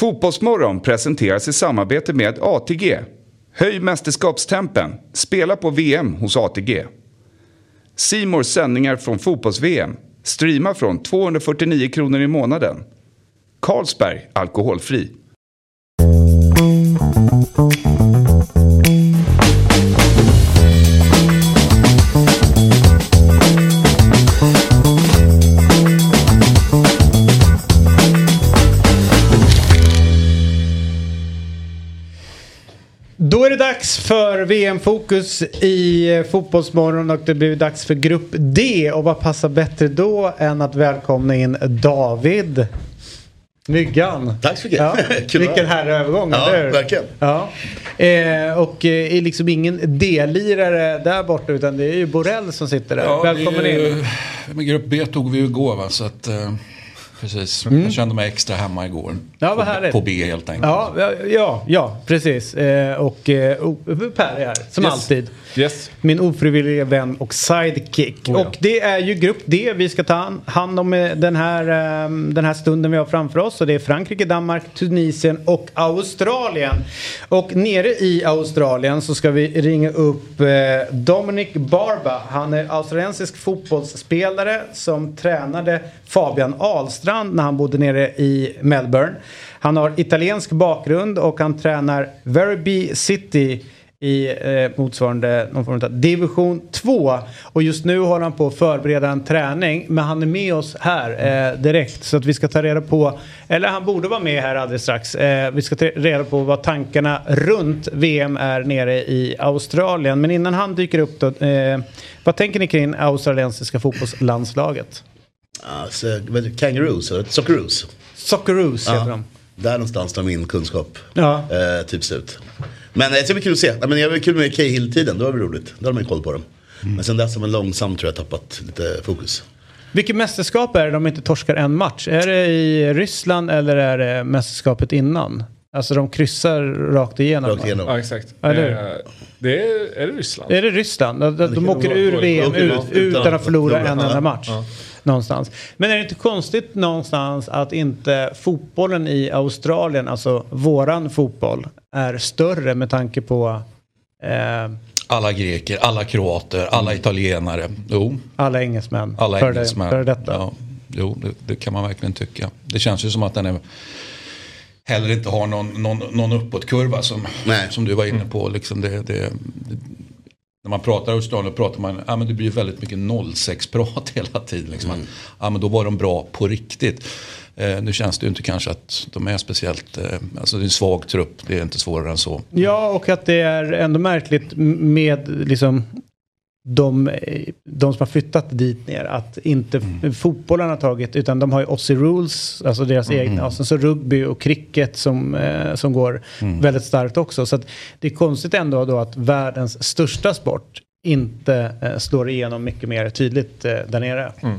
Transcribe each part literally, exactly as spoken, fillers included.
Fotbollsmorgon presenteras i samarbete med A T G. Höj mästerskapstempen. Spela på V M hos A T G. C More sändningar från fotbolls-V M. Streama från tvåhundrafyrtionio kronor i månaden. Carlsberg, alkoholfri. Då är det dags för V M-fokus i Fotbollsmorgon och det blir dags för grupp D. Och vad passar bättre då än att välkomna in David Myggan. Tack så mycket. Ja, vilken här övergång. Ja, eller? verkligen. Ja. Eh, och eh, är liksom ingen D-lirare där borta utan det är ju Borrell som sitter där. Ja, välkommen ju, in. Med grupp B tog vi ju igår va, så att... Eh... Precis, mm. Jag kände mig extra hemma igår. Ja, vad härligt. På B helt enkelt. Ja, ja, ja precis. Eh, och eh, Per är här, som yes. alltid. Yes. Min ofrivilliga vän och sidekick. Oh, ja. Och det är ju grupp D vi ska ta hand om den här, den här stunden vi har framför oss. Och det är Frankrike, Danmark, Tunisien och Australien. Och nere i Australien så ska vi ringa upp eh, Dominic Barba. Han är australiensisk fotbollsspelare som tränade Fabian Ahlstrand när han bodde nere i Melbourne. Han har italiensk bakgrund och han tränar Werribee City i eh, motsvarande någon form av division två. Och just nu håller han på att förbereda en träning. Men han är med oss här eh, direkt. Så att vi ska ta reda på, eller han borde vara med här alldeles strax. Eh, vi ska ta reda på vad tankarna runt V M är nere i Australien. Men innan han dyker upp då, eh, vad tänker ni kring australiensiska fotbollslandslaget? Alltså, Kangaroos, eller Socceroos. Socceroos heter ja, de. Där någonstans tar min kunskap ja. eh, typs ut. Men det ska bli kul att se. Men jag var kul med Cahill-tiden, det var väl roligt. Då har man koll på dem. Mm. Men sen dess har man långsamt tror jag tappat lite fokus. Vilket mästerskap är det de inte torskar en match? Är det i Ryssland eller är det mästerskapet innan? Alltså de kryssar rakt igenom. Rakt igenom. Ja, exakt. Eller? Eh, det är, är det Ryssland? Är det Ryssland? De, de, de åker ur V M ut, utan att förlora en enda match. Ja. Någonstans. Men är det inte konstigt någonstans att inte fotbollen i Australien, alltså våran fotboll, är större med tanke på eh, alla greker, alla kroater, alla italienare. Jo. Alla engelsmän. Alla för engelsmän. Det, för detta. Ja, jo, det, det kan man verkligen tycka. Det känns ju som att den är heller inte har någon, någon, någon uppåtkurva som, som du var inne på. Liksom det, det, det, när man pratar Australien pratar man, ja men det blir väldigt mycket noll sex-prat hela tiden. Liksom. Mm. Ja men då var de bra på riktigt. Eh, nu känns det ju inte kanske att de är speciellt, eh, alltså det är en svag trupp, det är inte svårare än så. Ja, och att det är ändå märkligt med liksom de, de som har flyttat dit ner att inte mm. fotbollen har tagit, utan de har ju Aussie Rules, alltså deras mm. egna, och sen så rugby och cricket som, eh, som går mm. väldigt starkt också. Så att det är konstigt ändå då att världens största sport inte eh, slår igenom mycket mer tydligt eh, där nere. Mm.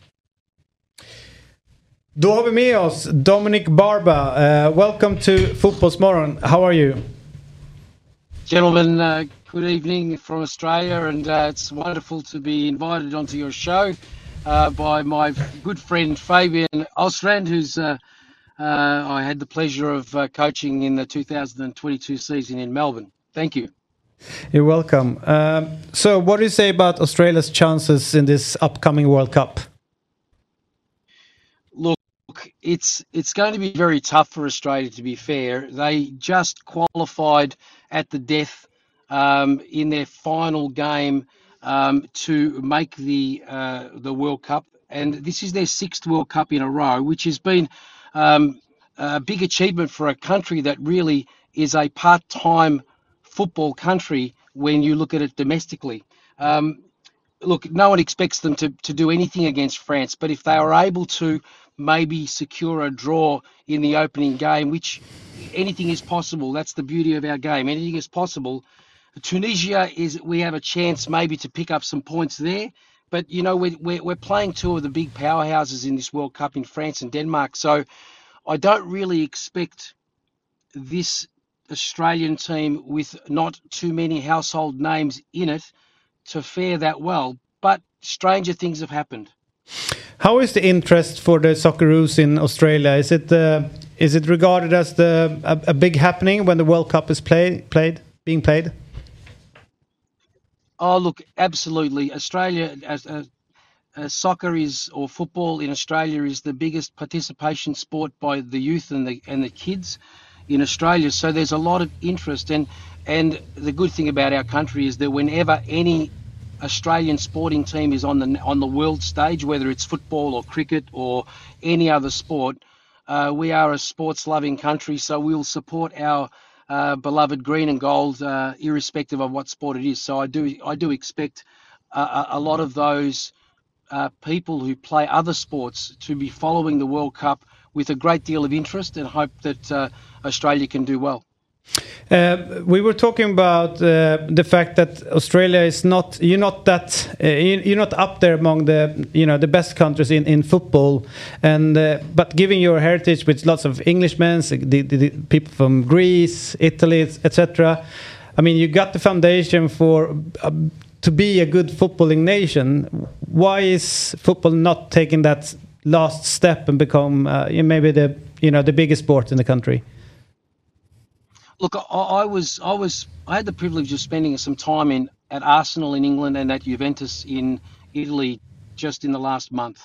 Då har vi med oss Dominic Barba. Uh, welcome to Fotbollsmorgon. How are you? Gentlemen, uh, good evening from Australia, and uh, it's wonderful to be invited onto your show uh, by my good friend Fabian Ahlstrand, who's uh, uh, I had the pleasure of uh, coaching in the two thousand twenty-two season in Melbourne. Thank you. You're welcome. Um, so what do you say about Australia's chances in this upcoming World Cup? Look, it's it's going to be very tough for Australia, to be fair. They just qualified at the death um, in their final game um, to make the uh, the World Cup, and this is their sixth World Cup in a row, which has been um, a big achievement for a country that really is a part-time football country when you look at it domestically. Um, look, no one expects them to, to do anything against France, but if they are able to maybe secure a draw in the opening game, which anything is possible. That's the beauty of our game. Anything is possible. Tunisia is, we have a chance maybe to pick up some points there. But, you know, we're, we're, we're playing two of the big powerhouses in this World Cup in France and Denmark. So I don't really expect this Australian team with not too many household names in it to fare that well. But stranger things have happened. How is the interest for the Socceroos in Australia? Is it uh, is it regarded as the a, a big happening when the World Cup is play, played, being played? Oh, look, absolutely. Australia, as uh, uh, soccer is, or football in Australia is the biggest participation sport by the youth and the and the kids in Australia. So there's a lot of interest, and and the good thing about our country is that whenever any Australian sporting team is on the on the world stage, whether it's football or cricket or any other sport, uh, we are a sports-loving country, so we'll support our uh, beloved green and gold, uh, irrespective of what sport it is. So I do I do expect uh, a lot of those uh, people who play other sports to be following the World Cup with a great deal of interest, and hope that uh, Australia can do well. Uh, we were talking about uh, the fact that Australia is not you're not that uh, you're not up there among the you know the best countries in, in football, and uh, but given your heritage with lots of Englishmen, the, the, the people from Greece, Italy, et cetera. I mean, you got the foundation for uh, to be a good footballing nation. Why is football not taking that last step and become uh, maybe the you know the biggest sport in the country? Look, I, I was, I was, I had the privilege of spending some time in at Arsenal in England and at Juventus in Italy just in the last month.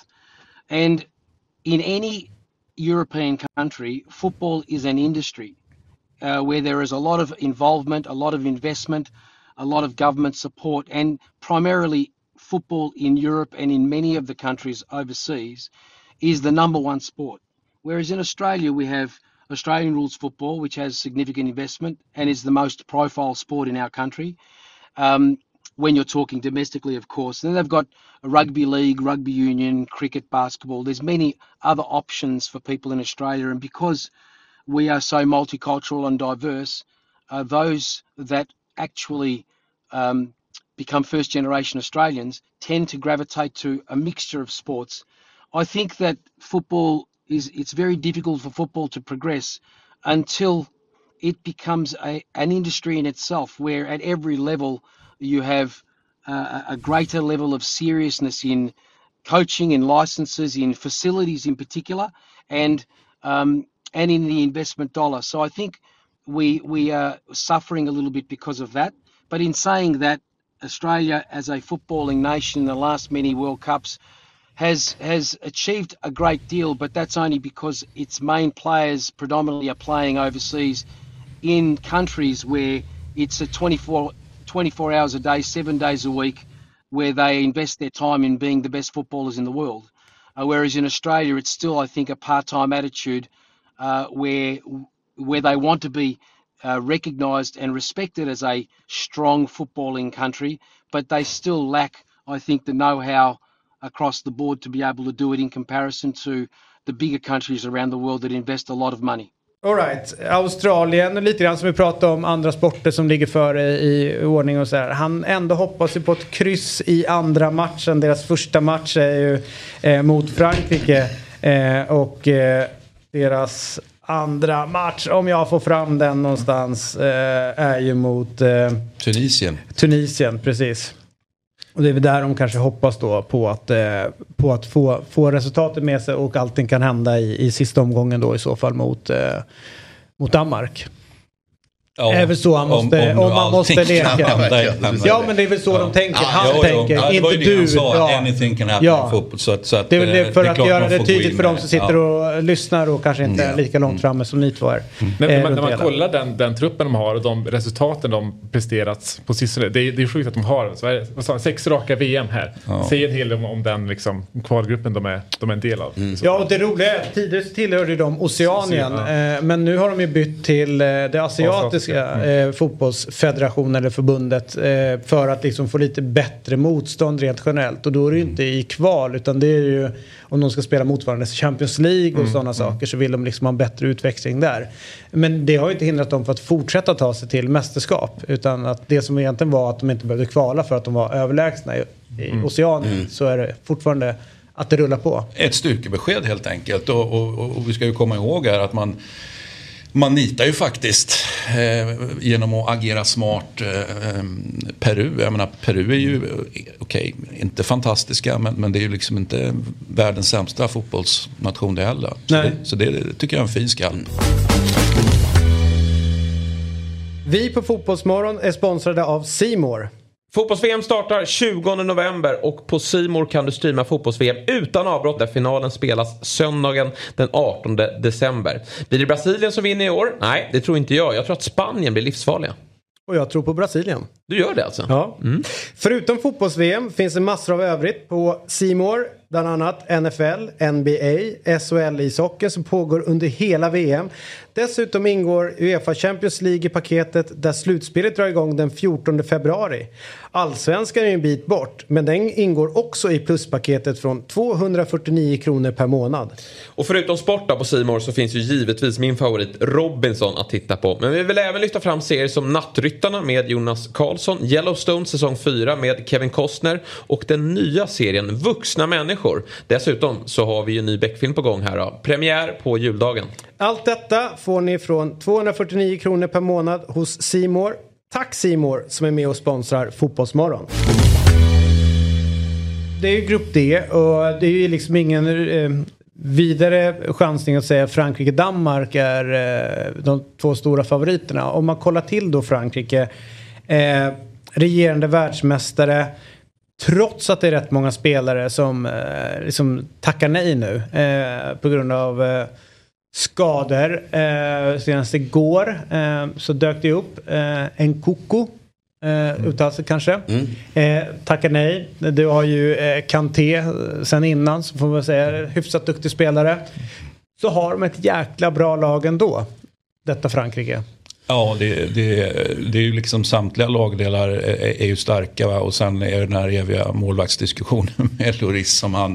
And in any European country, football is an industry uh, where there is a lot of involvement, a lot of investment, a lot of government support, and primarily football in Europe and in many of the countries overseas is the number one sport. Whereas in Australia, we have Australian rules football, which has significant investment and is the most profile sport in our country. Um, when you're talking domestically, of course. And then they've got a rugby league, rugby union, cricket, basketball. There's many other options for people in Australia. And because we are so multicultural and diverse, uh, those that actually um, become first generation Australians tend to gravitate to a mixture of sports. I think that football is, it's very difficult for football to progress until it becomes a, an industry in itself, where at every level you have uh, a greater level of seriousness in coaching, in licenses, in facilities in particular, and um, and in the investment dollar. So I think we we are suffering a little bit because of that. But in saying that, Australia as a footballing nation in the last many World Cups has has achieved a great deal, but that's only because its main players predominantly are playing overseas in countries where it's a twenty-four, twenty-four hours a day, seven days a week, where they invest their time in being the best footballers in the world. Uh, whereas in Australia, it's still, I think, a part-time attitude uh, where where they want to be uh, recognised and respected as a strong footballing country, but they still lack, I think, the know-how across the board to be able to do it in comparison to the bigger countries around the world that invest a lot of money. All right, Australien, lite grann som vi pratade om andra sporter som ligger före i ordning och så här. Han ändå hoppas ju på ett kryss i andra matchen. Deras första match är ju eh, mot Frankrike eh, och eh, deras andra match, om jag får fram den någonstans, eh, är ju mot eh, Tunisien. Tunisien, precis. Och det är väl där de kanske hoppas då på att, eh, på att få, få resultatet med sig, och allting kan hända i, i sista omgången då i så fall mot, eh, mot Danmark. Ja, är väl så han måste, om, om, om man måste leka. Ja, men det är väl så ja. de tänker. Han ja, tänker, ja, inte du. Ja. Anything can happen ja. i fotboll. Så att, så att, det är väl det för det att göra det tydligt för de som sitter ja. och lyssnar och kanske inte mm. är lika långt framme som ni två är. Mm. Men eh, när man kollar den, den truppen de har och de resultaten de presterat på sistone, det är, det är sjukt att de har så är, vad sa, sex raka V M här. Ja. Säger en hel del om, om den liksom, kvalgruppen de är, de är en del av. Mm. Ja, och det roliga är, tidigare tillhörde de Oceanien, ja. eh, men nu har de ju bytt till eh, det asiatiska Mm. Eh, fotbollsfederationen eller förbundet eh, för att liksom få lite bättre motstånd rent generellt, och då är det ju inte i kval, utan det är ju om de ska spela motsvarande Champions League och mm. sådana mm. saker, så vill de liksom ha en bättre utväxling där. Men det har ju inte hindrat dem för att fortsätta ta sig till mästerskap, utan att det som egentligen var att de inte behövde kvala för att de var överlägsna i, i mm. Oceanien, mm. så är det fortfarande att det rullar på. Ett styrkebesked helt enkelt, och, och, och, och vi ska ju komma ihåg här att man Man nitar ju faktiskt eh, genom att agera smart eh, Peru. Jag menar, Peru är ju okej, okay, inte fantastiska, men, men det är ju liksom inte världens sämsta fotbollsnation det heller. Så det, så det tycker jag är en fin skall. Vi på Fotbollsmorgon är sponsrade av C More. Fotbolls-V M startar tjugonde november och på C More kan du streama fotbolls-V M utan avbrott där finalen spelas söndagen den artonde december. Blir det Brasilien som vinner i år? Nej, det tror inte jag. Jag tror att Spanien blir livsfarliga. Och jag tror på Brasilien. Du gör det alltså? Ja. Mm. Förutom fotbolls-V M finns det massor av övrigt på C More. Bland annat N F L, N B A, S H L-ishockey som pågår under hela V M. Dessutom ingår UEFA Champions League i paketet där slutspelet drar igång den fjortonde februari. Allsvenskan är en bit bort, men den ingår också i pluspaketet från tvåhundrafyrtionio kronor per månad. Och förutom sporta på C More så finns ju givetvis min favorit Robinson att titta på. Men vi vill även lyfta fram serier som Nattryttarna med Jonas Karlsson, Yellowstone säsong fyra med Kevin Costner och den nya serien Vuxna människor. Dessutom så har vi ju en ny Beck-film på gång här då. Premiär på juldagen. Allt detta får ni från tvåhundrafyrtionio kronor per månad hos C More. Tack C More som är med och sponsrar Fotbollsmorgon. Det är ju grupp D och det är ju liksom ingen eh, vidare chansning att säga att Frankrike-Danmark är eh, de två stora favoriterna. Om man kollar till då Frankrike, eh, regerande världsmästare, trots att det är rätt många spelare som eh, liksom tackar nej nu eh, på grund av eh, skador. Eh, senast igår eh, så dök det upp eh, en Koko eh, uttalat kanske. Mm. Eh, tackar nej. Du har ju eh, Kanté sen innan, så får man säga hyfsat duktig spelare. Så har de ett jäkla bra lag ändå, detta Frankrike. Ja, det, det, det är ju liksom samtliga lagdelar är, är ju starka, va? Och sen är det den här eviga målvaktsdiskussionen med Lloris som han...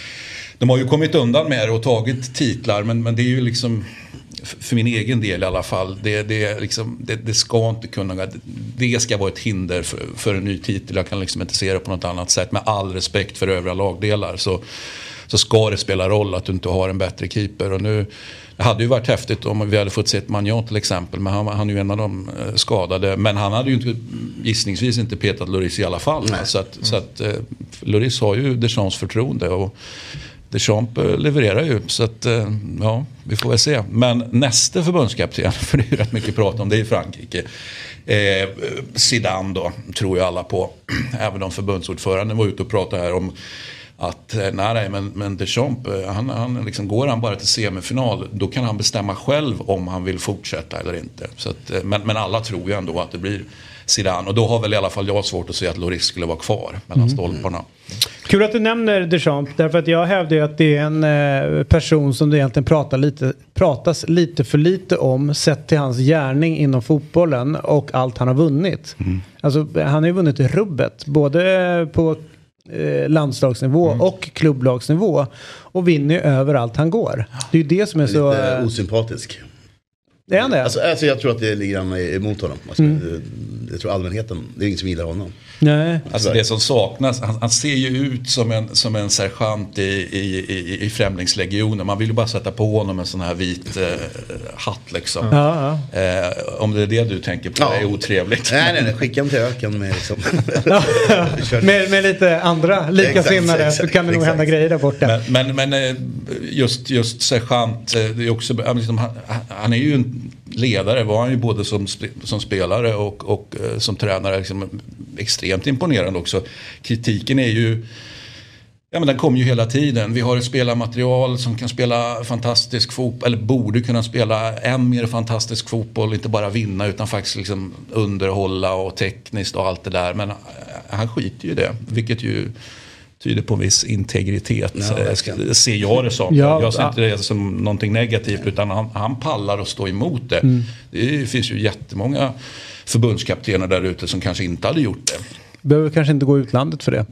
De har ju kommit undan med det och tagit titlar, men, men det är ju liksom, för min egen del i alla fall, det, det, liksom, det, det ska inte kunna, det ska vara ett hinder för, för en ny titel. Jag kan liksom inte se det på något annat sätt. Med all respekt för övriga lagdelar så, så ska det spela roll att du inte har en bättre keeper. Och nu, det hade ju varit häftigt om vi hade fått se ett Magnon till exempel, men han, han är ju en av de skadade. Men han hade ju inte, gissningsvis inte petat Lloris i alla fall. Så att, mm. så att uh, Lloris har ju Deschamps förtroende och Deschamps levererar ju, så att ja, vi får väl se. Men nästa förbundskapten, för det är ju rätt mycket prat om det i Frankrike, eh, Zidane då, tror ju alla på. Även om förbundsordföranden var ute och pratade här om att nej, nej men, men Deschamps, han, han liksom, går han bara till semifinal, då kan han bestämma själv om han vill fortsätta eller inte. Så att, men, men alla tror ju ändå att det blir Zidane, och då har väl i alla fall jag svårt att se att Lloris skulle vara kvar mellan mm. stolparna. Kul att du nämner Deschamps, därför att jag hävdar ju att det är en eh, person som det egentligen pratar lite, pratas lite för lite om, sett till hans gärning inom fotbollen och allt han har vunnit. Mm. Alltså han har ju vunnit rubbet, både på eh, landslagsnivå mm. och klubblagsnivå, och vinner ju överallt han går. Det är ju det som är, är så... Lite eh, osympatisk. Det är han det? Alltså, alltså jag tror att det ligger emot honom. Alltså, mm. Jag tror allmänheten, det är ingen som gillar honom. Nej. Alltså det som saknas, han, han ser ju ut som en, som en sergeant i, i, i, i främlingslegionen. Man vill ju bara sätta på honom en sån här vit eh, hatt liksom. Ja, ja. Eh, om det är det du tänker på, ja. Det är otrevligt. Nej, nej, nej, skicka dem till öken med liksom. med, med lite andra likasinnade, så kan det nog hända grejer där borta. Men, men, men just, just sergeant, det är också, liksom, han, han är ju en ledare, var han ju både som, som spelare och, och uh, som tränare, liksom, extremt imponerande också. Kritiken är ju, ja men den kommer ju hela tiden. Vi har ett spelarmaterial som kan spela fantastisk fotboll, eller borde kunna spela än mer fantastisk fotboll, inte bara vinna utan faktiskt liksom underhålla och tekniskt och allt det där. Men uh, han skiter ju i det, vilket ju tyder på en viss integritet, ja, ser jag det som. Ja, jag ser inte det som någonting negativt, utan han, han pallar att stå emot det. Mm. Det finns ju jättemånga förbundskaptener där ute som kanske inte hade gjort det. Behöver kanske inte gå utlandet för det.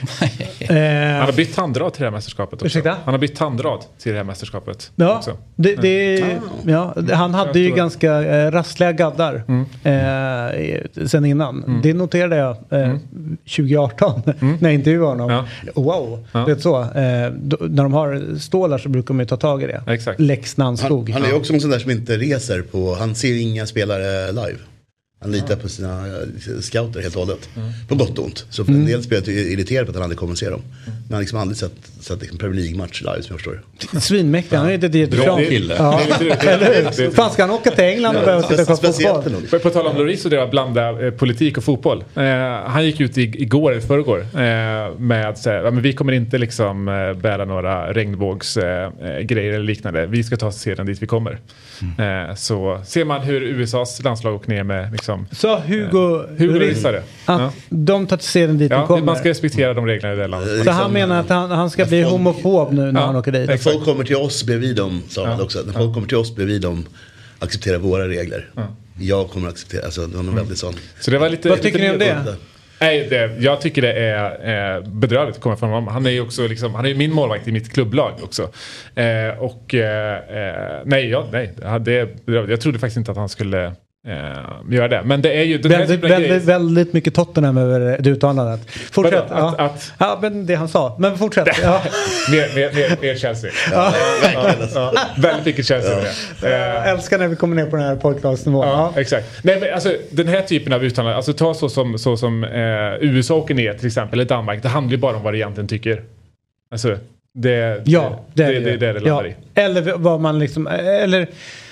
eh, han har bytt handrad till det här mästerskapet också. Ursäkta? Han har bytt handrad till det här mästerskapet. Ja, också. Det, det, mm. ja han hade ju ganska eh, rassliga gaddar mm. eh, sen innan. Mm. Det noterade jag eh, mm. tjugo arton mm. när jag intervjuade honom. Ja. Wow, ja. Det är så. Eh, då, när de har stålar så brukar de ju ta tag i det. Exakt. Lex Nanskog. Han, han är också en sån där som inte reser på, han ser inga spelare live. Han litar på sina scouter helt och hållet. Mm. På gott och ont. Så för mm. en del spelare är irriterad på att han aldrig kommer se dem. Men han har liksom aldrig sett, sett liksom Premier League-match live som jag förstår. Svinmäktig, han är inte det. Bra kille. Ja. Eller fan, ska han åka till England och börja titta på fotboll? På tal om Lloris och det att blanda eh, politik och fotboll. Eh, han gick ut i, igår, i förrgår eh, med så här, ja, men vi kommer inte liksom eh, bära några regnbågsgrejer eh, eller liknande. Vi ska ta oss sedan dit vi kommer. Mm. Eh, så ser man hur U S A:s landslag åker ner med liksom, så Hugo, eh, Hugo Llorisare. Att ja. de tar sig den dit ja, de kommer. Man ska respektera de reglerna i det landet. Så liksom, han menar att han, han ska bli folk, homofob nu när ja, han åker dit. När folk kommer till oss blir vi dem, sa han ja. också. När folk ja. kommer till oss blir vi dem acceptera våra regler. Ja. Jag kommer att acceptera, alltså de är mm. väldigt sån. Så det var lite, vad tycker lite ni om det? Nej, det, jag tycker det är eh, bedrövligt att komma från honom. Han är ju också liksom, han är ju min målvakt i mitt klubblag också. Eh, och eh, nej, ja, nej, det är bedrövligt. Jag trodde faktiskt inte att han skulle eh, göra det. Men det är ju den väldigt, väldigt, väldigt mycket Tottenham över det uttalandet. Fortsätt. Men, att, ja. Att, ja, men det han sa. Men fortsätt. Ja. mer, mer, mer, mer Chelsea. Ja. Ja, ja, ja, väldigt mycket Chelsea över det. Jag älskar när vi kommer ner på den här pojklagsnivån. Ja, ja, exakt. Nej, men alltså, den här typen av uttalanden, alltså ta så som, så som eh, U S A åker ner till exempel, eller Danmark, det handlar ju bara om vad det egentligen tycker. Alltså, det, ja, det, det, det, det, det är det landar ja. i. Eller vad man liksom, eller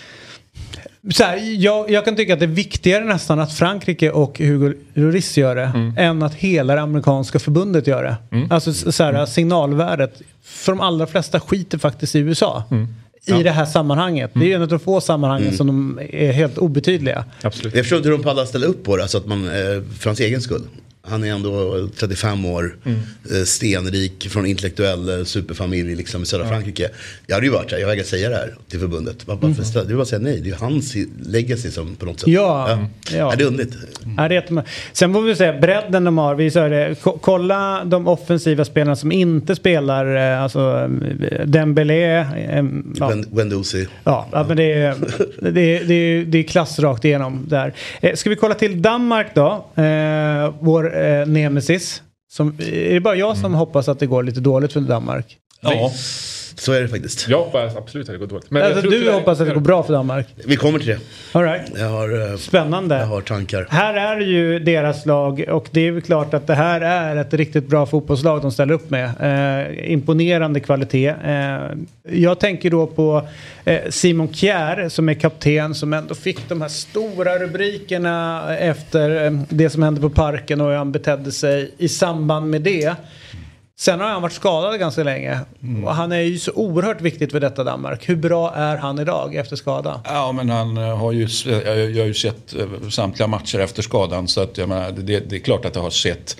så här, jag, jag kan tycka att det är viktigare nästan att Frankrike och Hugo Lloris gör det mm. än att hela det amerikanska förbundet gör det. Mm. Alltså så här, signalvärdet för de allra flesta skiter faktiskt i U S A. Mm. I ja. det här sammanhanget. Mm. Det är en av de få sammanhangen mm. som de är helt obetydliga. Absolut. Jag förstår inte hur de pallar ställa upp på det, alltså att man, eh, för hans egen skull. Han är ändå trettiofem år, mm. stenrik, från intellektuell superfamilj liksom, i södra ja. Frankrike. Jag hade ju varit här, jag vägrar säga det här till förbundet. Varför mm. det vill bara säga nej, det är ju hans legacy som på något sätt. Ja, ja. ja. Är det underligt? Mm. Ja, det är sen får vi säga, bredden de har, vi sa det, kolla de offensiva spelarna som inte spelar, alltså Dembélé, ja. Guendouzi. Ja, ja, men det är, det, är, det, är, det är klass rakt igenom där. Ska vi kolla till Danmark då? Eh, vår Eh, nemesis. Som, är det bara jag som mm. hoppas att det går lite dåligt för Danmark? Ja, så är det faktiskt. Jag hoppas absolut att det går dåligt. Men alltså, du hoppas att det går bra för Danmark? Vi kommer till det. All right. Jag har, spännande. Jag har tankar. Här är ju deras lag och det är ju klart att det här är ett riktigt bra fotbollslag de ställer upp med. Eh, imponerande kvalitet. Eh, jag tänker då på eh, Simon Kjær som är kapten som ändå fick de här stora rubrikerna efter eh, det som hände på Parken och hur han betedde sig i samband med det. Sen har han varit skadad ganska länge. Mm. Och han är ju så oerhört viktigt för detta Danmark. Hur bra är han idag efter skada? Ja, men han har ju, jag har ju sett samtliga matcher efter skadan. Så att jag menar, det, det är klart att jag har sett.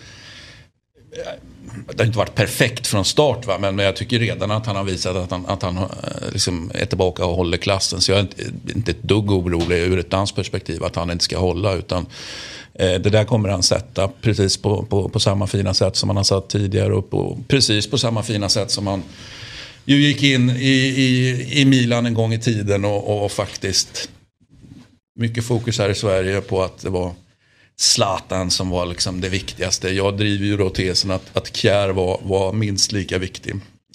Det har inte varit perfekt från start, va? Men jag tycker redan att han har visat att han, att han liksom är tillbaka och håller klassen. Så jag är inte, inte ett dugg orolig ur ett danskt perspektiv att han inte ska hålla, utan det där kommer han sätta precis på, på, på samma fina sätt som han har satt tidigare och på, precis på samma fina sätt som han ju gick in i, i, i Milan en gång i tiden och, och, och faktiskt mycket fokus här i Sverige på att det var Zlatan som var liksom det viktigaste. Jag driver ju då tesen att, att Kjær var, var minst lika viktig.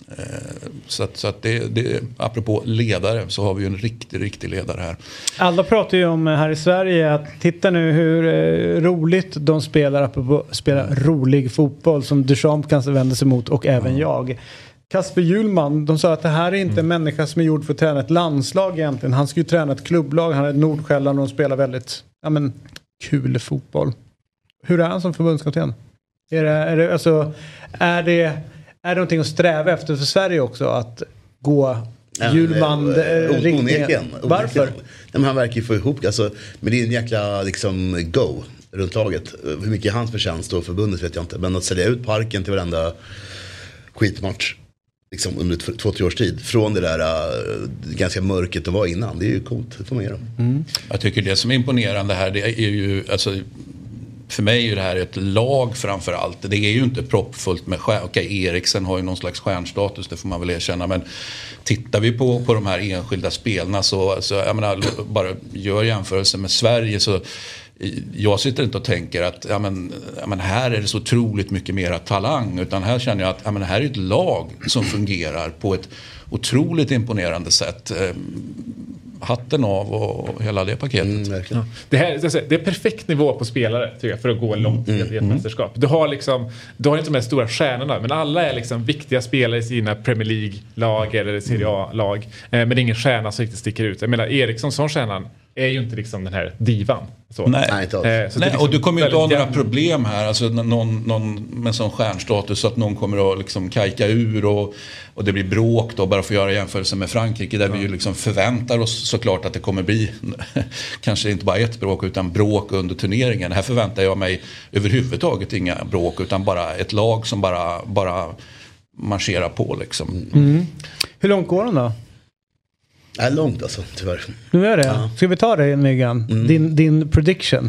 Så att, så att det, det, apropå ledare så har vi ju en riktig, riktig ledare här. Alla pratar ju om här i Sverige att titta nu hur eh, roligt de spelar, apropå spela rolig fotboll som Duchamp kanske vänder sig mot och även mm. jag. Kasper Hjulman, de sa att det här är inte mm. en människa som är gjord för att träna ett landslag egentligen. Han ska ju träna ett klubblag, han är Nordsjälland och de spelar väldigt ja, men, kul fotboll. Hur är han som förbundskapten? Är det, är det, alltså, är det Är det någonting att sträva efter för Sverige också? Att gå Hjulman riktningen? Varför? Nej, men han verkar ju få ihop alltså, men det är en jäkla liksom, go runt laget. Hur mycket är hans förtjänst och förbundet vet jag inte. Men att sälja ut Parken till varenda skitmatch liksom, under två, två, tre års tid. Från det där uh, ganska mörket det var innan. Det är ju coolt, det får man göra. Mm. Jag tycker det som är imponerande här det är ju alltså, för mig är ju det här ett lag framför allt. Det är ju inte proppfullt med stjärn. Okej, Eriksen har ju någon slags stjärnstatus, det får man väl erkänna. Men tittar vi på, på de här enskilda spelarna så, så jag menar, bara gör jämförelse med Sverige så jag sitter inte och tänker att ja, men, ja, men här är det så otroligt mycket mer talang, utan här känner jag att ja, men här är ett lag som fungerar på ett otroligt imponerande sätt. Hatten av och hela det paketet. Mm, ja. det, här, det är perfekt nivå på spelare tycker jag, för att gå långt mm, i ett mm. mästerskap. Du har, liksom, du har inte de här stora stjärnorna, men alla är liksom viktiga spelare i sina Premier League-lag eller Serie A-lag. Eh, men det är ingen stjärna som riktigt sticker ut. Jag menar, Eriksson som stjärnan är ju inte liksom den här divan. Så. Nej, Nej, inte eh, så Nej liksom och du kommer ju inte ha några problem här alltså, någon, någon med sån stjärnstatus så att någon kommer att liksom kajka ur och, och det blir bråk då, bara för att göra jämförelse med Frankrike där ja. vi ju liksom förväntar oss såklart att det kommer bli kanske inte bara ett bråk utan bråk under turneringen. Här förväntar jag mig överhuvudtaget inga bråk utan bara ett lag som bara, bara marscherar på liksom. Mm. Hur långt går den då? Det är långt alltså, tyvärr. Nu är det. Ja. Ska vi ta det, Myggan? Mm. Din, din prediction?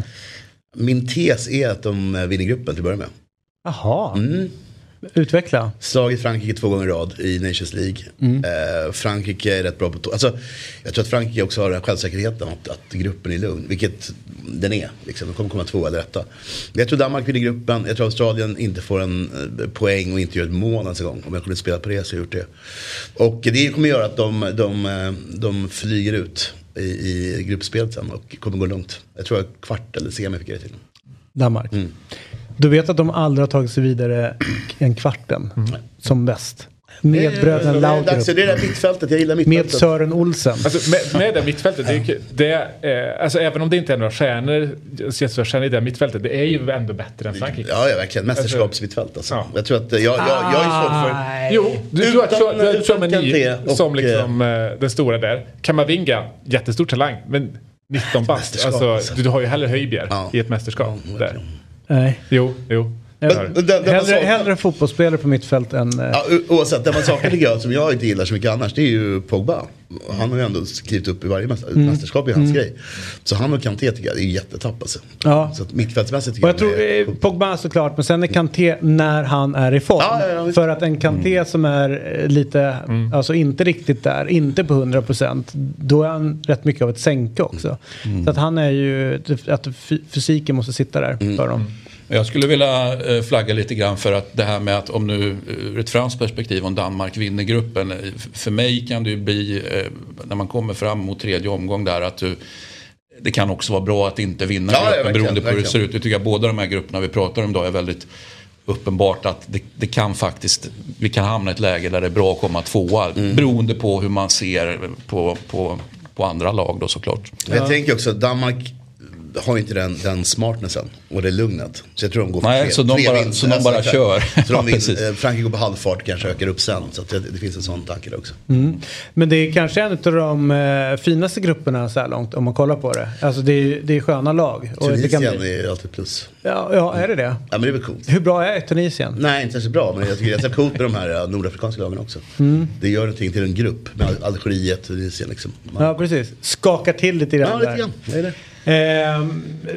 Min tes är att de vinner gruppen till att börja med. Jaha. Mm. Utveckla. Slagit Frankrike två gånger i rad i Nations League. Mm. Eh, Frankrike är rätt bra på to- alltså, jag tror att Frankrike också har den självsäkerheten att, att gruppen är lugn. Vilket den är. Liksom. De kommer komma två eller etta. Jag tror Danmark vinner gruppen. Jag tror Australien inte får en eh, poäng och inte gör ett mål ens en gång. Om jag kunde spela på det så har jag gjort det. Och det kommer göra att de, de, de flyger ut i, i gruppspelet sen och kommer gå långt. Jag tror att kvart eller semi fick jag det till. Danmark. Mm. Du vet att de aldrig har tagit sig vidare en kvarten mm. som bäst. Med bröderna Laudrup. Det är det där mittfältet, jag gillar mittfältet. Med Sören Olsen. Alltså, med, med det mittfältet, det, det är, alltså, även om det inte är några stjärnor, stjärnor i det mittfältet, det är ju ändå bättre än Frankrike. Ja, ja verkligen. Mästerskapsmittfält alltså. Ja. Jag tror att, jag, jag, jag, jag är svårt för... Jo, du, du har Chouameni som liksom och, den stora där. Kamavinga, jättestor talang, men nitton bast. Alltså, alltså. Du, du har ju hellre Höjbjerg ja. i ett mästerskap ja, där. Nej. Jo, jo. Men, den, den hellre, saknar... hellre fotbollsspelare på mittfält än... Ja, oavsett, det man saknar tycker jag som jag inte gillar så mycket annars, det är ju Pogba. Han har ju ändå klivit upp i varje mäster- mm. mästerskap i hans mm. grej. Så han och Kanté tycker jag, det är ju jättetapp alltså. Ja. Så att mittfältsmässigt tycker och jag, jag tror är... Pogba såklart, men sen är Kanté när han är i form. Ja, ja, ja, för att en Kanté mm. som är lite, mm. alltså inte riktigt där, inte på hundra procent, då är han rätt mycket av ett sänke också. Mm. Så att han är ju, att fysiken måste sitta där mm. för dem. Mm. Jag skulle vilja flagga lite grann för att det här med att om nu ur ett franskt perspektiv om Danmark vinner gruppen, för mig kan det ju bli när man kommer fram mot tredje omgång där att du, det kan också vara bra att inte vinna ja, gruppen beroende på hur det ser ut. Jag tycker att båda de här grupperna vi pratar om idag är väldigt uppenbart att det, det kan faktiskt, vi kan hamna i ett läge där det är bra att komma tvåa mm. beroende på hur man ser på, på, på andra lag då såklart. Jag ja. tänker också att Danmark har inte den, den smartnessen och det är lugnet. Så jag tror de går för Nej, tre, så de tre bara, vinst, så de bara kör. Så de vinner, Frankrike går på halvfart, kanske ökar upp sen. Så att det, det finns en sån tanke där också. Mm. Men det är kanske en av de eh, finaste grupperna så här långt om man kollar på det. Alltså det är, det är sköna lag. Tunisien det kan bli... är alltid plus. Ja, ja, är det det? Ja, men det är väl coolt. Hur bra är Tunisien? Nej, inte så bra. Men jag tycker det är så coolt med de här nordafrikanska lagen också. Mm. Det gör någonting till en grupp med Algeriet, Tunisien liksom. Man... Ja, precis. Skakar till lite grann. Ja, lite grann. Det är det. Eh,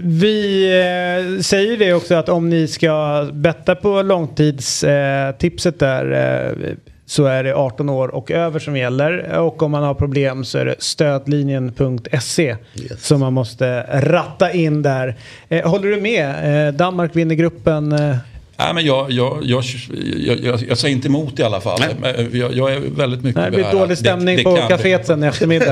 vi eh, säger det också att om ni ska betta på långtidstipset eh, där eh, så är det arton år och över som gäller, och om man har problem så är det stödlinjen punkt se yes. som man måste ratta in där. Eh, håller du med? Eh, Danmark vinner gruppen. Eh. Nej, men jag, jag, jag, jag, jag, jag säger inte emot i alla fall. Jag, jag är väldigt mycket... Nej, det blir dålig stämning det, det på kaféet sen eftermiddag.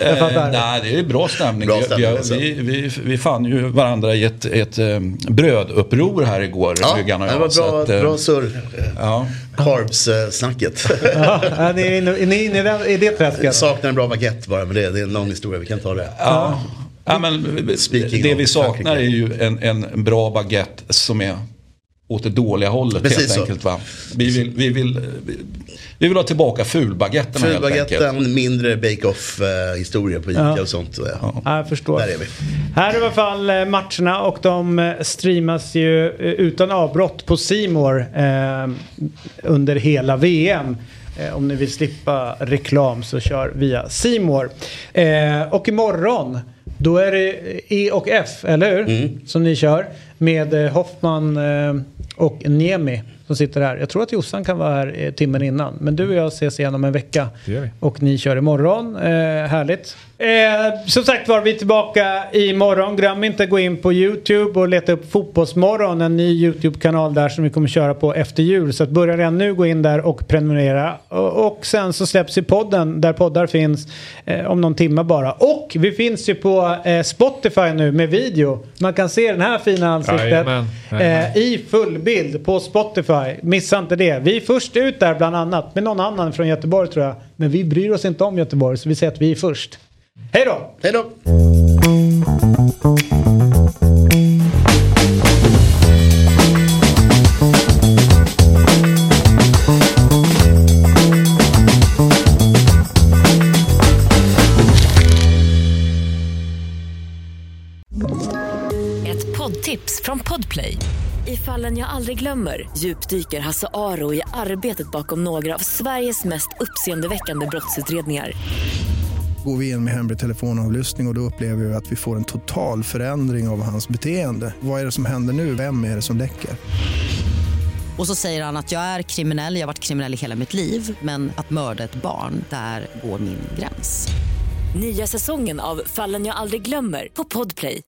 Nej, det är bra stämning. Bra stämning jag, vi, vi, vi fann ju varandra i ett, ett bröduppror här igår. Ja, det var bra, så att, bra surr. Ja. Carbs-snacket. Ja, ni är inne, ni är inne i det träsket. Jag saknar en bra baguette bara, men det, det är en lång historia. Vi kan ta det. Ja, ja men det vi saknar är ju en, en bra baguette som är åt det dåliga hållet. Precis helt så. Enkelt va. Vi vill, vi vill, vi, vi vill ha tillbaka fulbagetterna helt enkelt. Fulbagetten, mindre bake-off uh, historia på Ica ja. och sånt. Ja. Ja, jag förstår. Där är vi. Här är i alla fall matcherna, och de streamas ju utan avbrott på C More eh, under hela V M. Eh, om ni vill slippa reklam så kör via C More. Eh, och imorgon Då är det E och F, eller hur? Mm. Som ni kör. Med Hoffman och Niemi som sitter här. Jag tror att Jossan kan vara här timmen innan. Men du och jag ses igen om en vecka. Och ni kör imorgon. Eh, härligt. Eh, som sagt var vi tillbaka imorgon. Glöm inte att gå in på YouTube och leta upp Fotbollsmorgon. En ny YouTube-kanal där som vi kommer köra på efter jul. Så att börja redan nu gå in där och prenumerera. Och, och sen så släpps i podden där poddar finns eh, om någon timme bara. Och vi finns ju på eh, Spotify nu med video. Man kan se den här fina ansiktet Jajamän. Jajamän. Eh, i full bild på Spotify. Missa inte det. Vi är först ut där bland annat med någon annan från Göteborg tror jag. Men vi bryr oss inte om Göteborg så vi säger att vi är först. Hej då! Hej då! Ett poddtips från Podplay. I Fallen jag aldrig glömmer djupdyker Hasse Aro i arbetet bakom några av Sveriges mest uppseendeväckande brottsutredningar. Går vi in med hemlig telefonavlyssning och, och då upplever vi att vi får en total förändring av hans beteende. Vad är det som händer nu? Vem är det som läcker? Och så säger han att jag är kriminell, jag har varit kriminell i hela mitt liv. Men att mörda ett barn, där går min gräns. Nya säsongen av Fallen jag aldrig glömmer på Podplay.